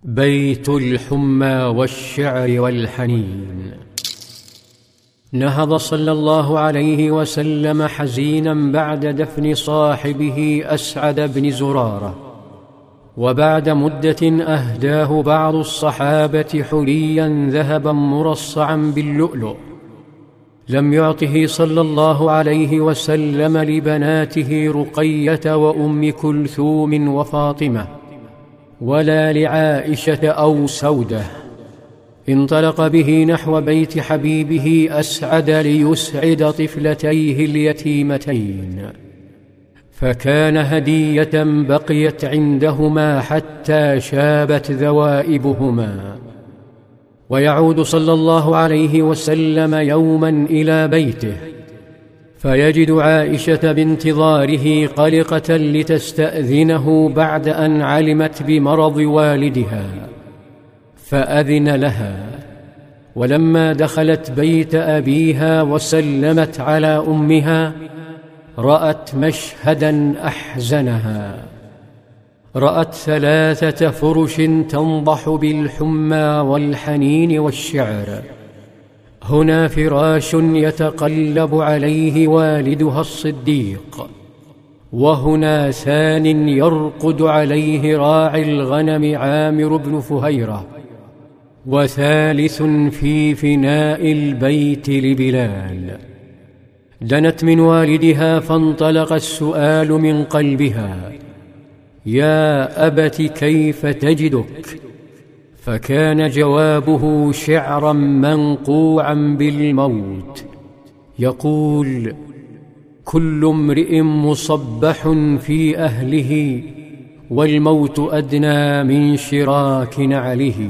بيت الحمى والشعر والحنين. نهض صلى الله عليه وسلم حزينا بعد دفن صاحبه أسعد بن زرارة، وبعد مدة أهداه بعض الصحابة حليا ذهبا مرصعا باللؤلؤ، لم يعطه صلى الله عليه وسلم لبناته رقية وأم كلثوم وفاطمة، ولا لعائشة أو سودة. انطلق به نحو بيت حبيبه أسعد ليسعد طفلتيه اليتيمتين، فكان هدية بقيت عندهما حتى شابت ذوائبهما. ويعود صلى الله عليه وسلم يوما إلى بيته، فيجد عائشة بانتظاره قلقة لتستأذنه بعد أن علمت بمرض والدها، فأذن لها. ولما دخلت بيت أبيها وسلمت على أمها، رأت مشهدا أحزنها. رأت 3 فرش تنضح بالحمى والحنين والشعر. هنا فراش يتقلب عليه والدها الصديق، وهنا ثان يرقد عليه راعي الغنم عامر بن فهيرة، وثالث في فناء البيت لبلال. دنت من والدها فانطلق السؤال من قلبها: يا أبت كيف تجدك؟ فكان جوابه شعرا منقوعا بالموت، يقول: كل امرئ مصبح في أهله، والموت أدنى من شراك نعله.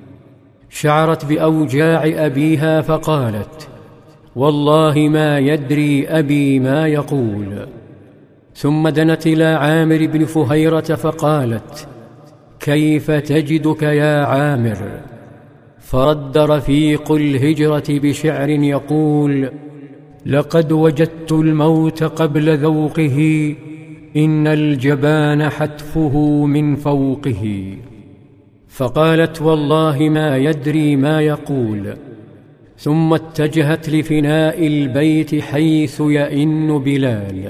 شعرت بأوجاع أبيها فقالت: والله ما يدري أبي ما يقول. ثم دنت إلى عامر بن فهيرة فقالت: كيف تجدك يا عامر؟ فرد رفيق الهجرة بشعر يقول: لقد وجدت الموت قبل ذوقه، إن الجبان حتفه من فوقه. فقالت: والله ما يدري ما يقول. ثم اتجهت لفناء البيت حيث يئن بلال،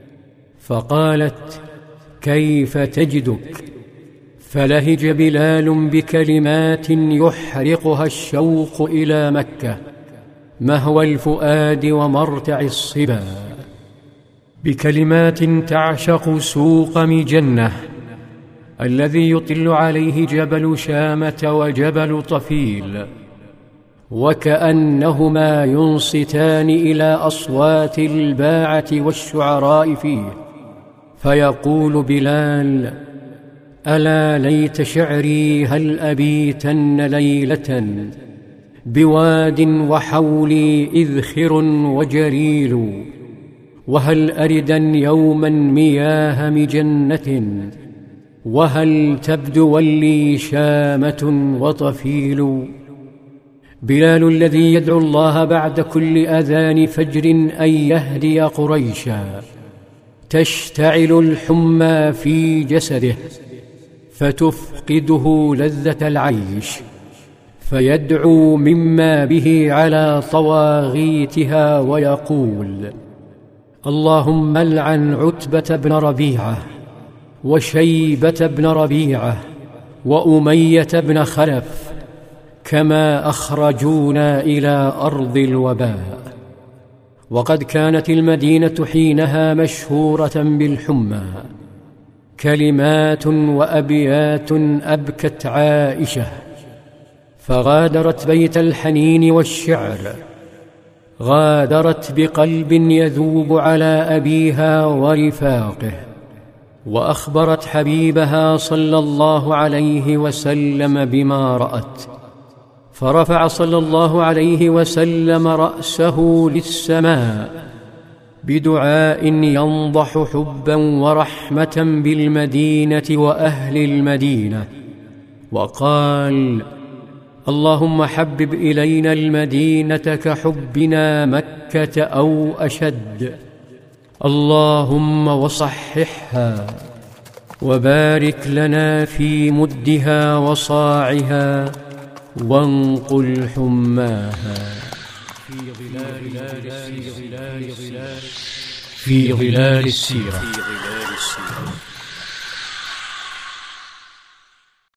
فقالت: كيف تجدك؟ فلهج بلال بكلمات يحرقها الشوق إلى مكة، مهوى الفؤاد ومرتع الصبا، بكلمات تعشق سوق مجنة الذي يطل عليه جبل شامة وجبل طفيل، وكأنهما ينصتان إلى أصوات الباعة والشعراء فيه. فيقول بلال: ألا ليت شعري هل أبيتن ليلة، بواد وحولي إذخر وجريل، وهل أردن يوما مياه مجنة، وهل تبدو لي شامة وطفيل. بلال الذي يدعو الله بعد كل أذان فجر أن يهدي قريشا، تشتعل الحمى في جسده فتفقده لذة العيش، فيدعو مما به على طواغيتها ويقول: اللهم العن عتبة بن ربيعة، وشيبة بن ربيعة، وأمية بن خلف، كما أخرجونا إلى أرض الوباء. وقد كانت المدينة حينها مشهورة بالحمى. كلمات وأبيات أبكت عائشة، فغادرت بيت الحنين والشعر، غادرت بقلب يذوب على أبيها ورفاقه، وأخبرت حبيبها صلى الله عليه وسلم بما رأت. فرفع صلى الله عليه وسلم رأسه للسماء بدعاء ينضح حبا ورحمة بالمدينة وأهل المدينة، وقال: اللهم حبب إلينا المدينة كحبنا مكة أو أشد، اللهم وصححها. وبارك لنا في مدها وصاعها وانقل حماها في ظلال السيرة.